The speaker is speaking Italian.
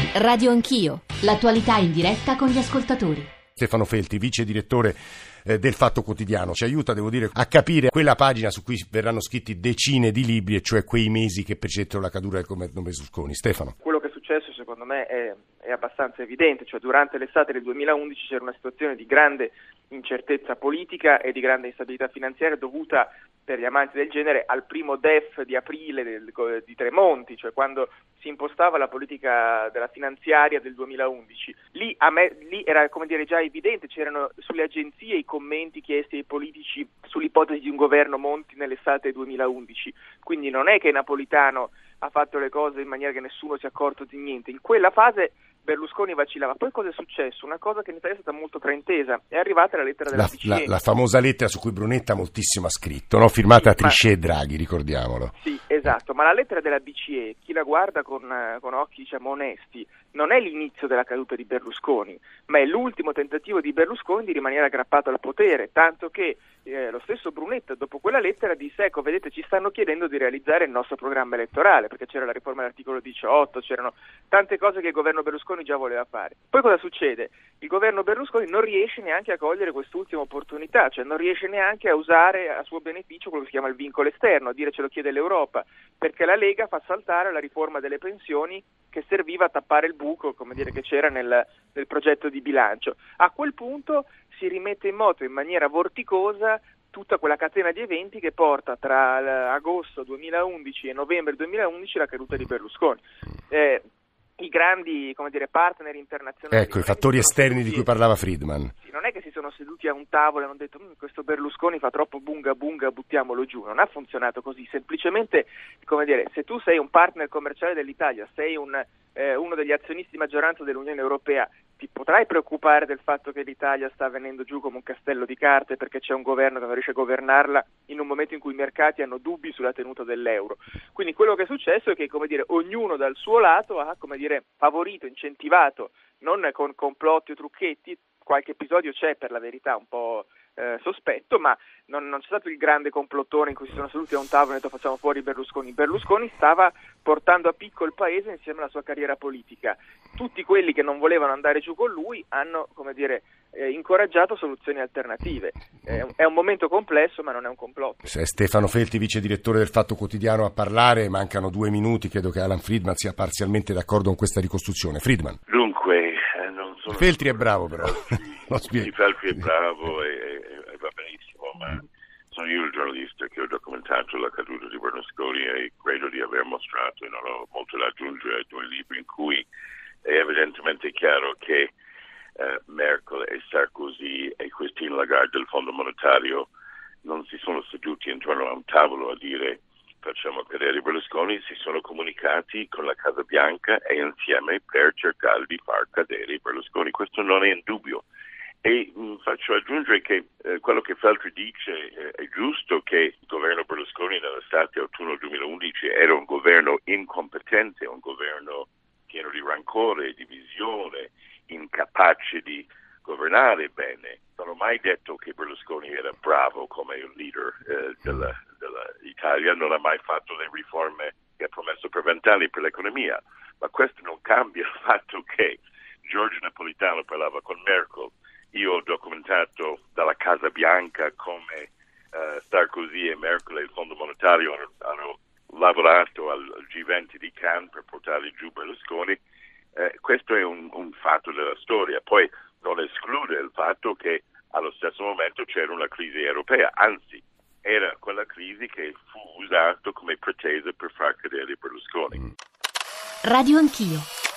Radio Anch'io, l'attualità in diretta con gli ascoltatori. Stefano Feltri, vice direttore del Fatto Quotidiano, ci aiuta, devo dire, a capire quella pagina su cui verranno scritti decine di libri, e cioè quei mesi che precettero la caduta del governo Berlusconi. Stefano. Quello che è successo secondo me è abbastanza evidente, cioè durante l'estate del 2011 c'era una situazione di grande incertezza politica e di grande instabilità finanziaria dovuta, per gli amanti del genere, al primo DEF di aprile di Tremonti, cioè quando si impostava la politica della finanziaria del 2011. Lì era, come dire, già evidente, c'erano sulle agenzie i commenti chiesti ai politici sull'ipotesi di un governo Monti nell'estate 2011, quindi non è che Napolitano ha fatto le cose in maniera che nessuno si è accorto di niente. In quella fase Berlusconi vacillava. Poi cosa è successo? Una cosa che in Italia è stata molto fraintesa. È arrivata la lettera della BCE. La famosa lettera su cui Brunetta moltissimo ha scritto, no? Firmata Trichet e Draghi, ricordiamolo. Sì, esatto. Ma la lettera della BCE, chi la guarda con occhi, diciamo, onesti, non è l'inizio della caduta di Berlusconi, ma è l'ultimo tentativo di Berlusconi di rimanere aggrappato al potere, tanto che lo stesso Brunetta dopo quella lettera disse: ecco, vedete, ci stanno chiedendo di realizzare il nostro programma elettorale, perché c'era la riforma dell'articolo 18, c'erano tante cose che il governo Berlusconi già voleva fare. Poi cosa succede? Il governo Berlusconi non riesce neanche a cogliere quest'ultima opportunità, cioè non riesce neanche a usare a suo beneficio quello che si chiama il vincolo esterno, a dire ce lo chiede l'Europa, perché la Lega fa saltare la riforma delle pensioni che serviva a tappare il buco, come dire, che c'era nel progetto di bilancio. A quel punto si rimette in moto in maniera vorticosa tutta quella catena di eventi che porta tra agosto 2011 e novembre 2011 la caduta di Berlusconi. I grandi, come dire, partner internazionali. Ecco, i fattori esterni di cui parlava Friedman. Sì, non è che si sono seduti a un tavolo e hanno detto questo Berlusconi fa troppo bunga bunga, buttiamolo giù. Non ha funzionato così. Semplicemente, come dire, se tu sei un partner commerciale dell'Italia, sei uno degli azionisti di maggioranza dell'Unione Europea, ti potrai preoccupare del fatto che l'Italia sta venendo giù come un castello di carte perché c'è un governo che non riesce a governarla in un momento in cui i mercati hanno dubbi sulla tenuta dell'euro. Quindi quello che è successo è che, come dire, ognuno dal suo lato ha, come dire, favorito, incentivato, non con complotti o trucchetti. Qualche episodio c'è, per la verità, un po' sospetto, ma non c'è stato il grande complottone in cui si sono seduti a un tavolo e hanno detto facciamo fuori Berlusconi. Berlusconi stava portando a picco il paese insieme alla sua carriera politica. Tutti quelli che non volevano andare giù con lui hanno, come dire, incoraggiato soluzioni alternative. È un momento complesso, ma non è un complotto. Stefano Feltri, vice direttore del Fatto Quotidiano, a parlare. Mancano 2 minuti, credo che Alan Friedman sia parzialmente d'accordo con questa ricostruzione. Friedman. Dunque, non sono... Feltri è bravo, però. Feltri è bravo e va benissimo, ma sono io il giornalista che ho documentato la caduta di Berlusconi e credo di aver mostrato, e non ho molto da aggiungere, 2 libri in cui è evidentemente chiaro che Merkel e Sarkozy e Christine Lagarde del Fondo Monetario non si sono seduti intorno a un tavolo a dire facciamo cadere Berlusconi, si sono comunicati con la Casa Bianca e insieme per cercare di far cadere Berlusconi. Questo non è in dubbio. E faccio aggiungere che quello che Feltri dice è giusto, che il governo Berlusconi nell'estate-autunno 2011 era un governo incompetente, un governo pieno di rancore, divisione, incapace di governare bene. Non ho mai detto che Berlusconi era bravo come il leader dell'Italia, non ha mai fatto le riforme che ha promesso per 20 anni per l'economia, ma questo non cambia il fatto che Giorgio Napolitano parlava con Merkel. Io ho documentato dalla Casa Bianca come Sarkozy e Merkel e il Fondo Monetario hanno lavorato al G20 di Cannes per portare giù Berlusconi. Questo è un fatto della storia. Poi non esclude il fatto che allo stesso momento c'era una crisi europea, anzi era quella crisi che fu usata come pretesa per far cadere Berlusconi. Radio Anch'io.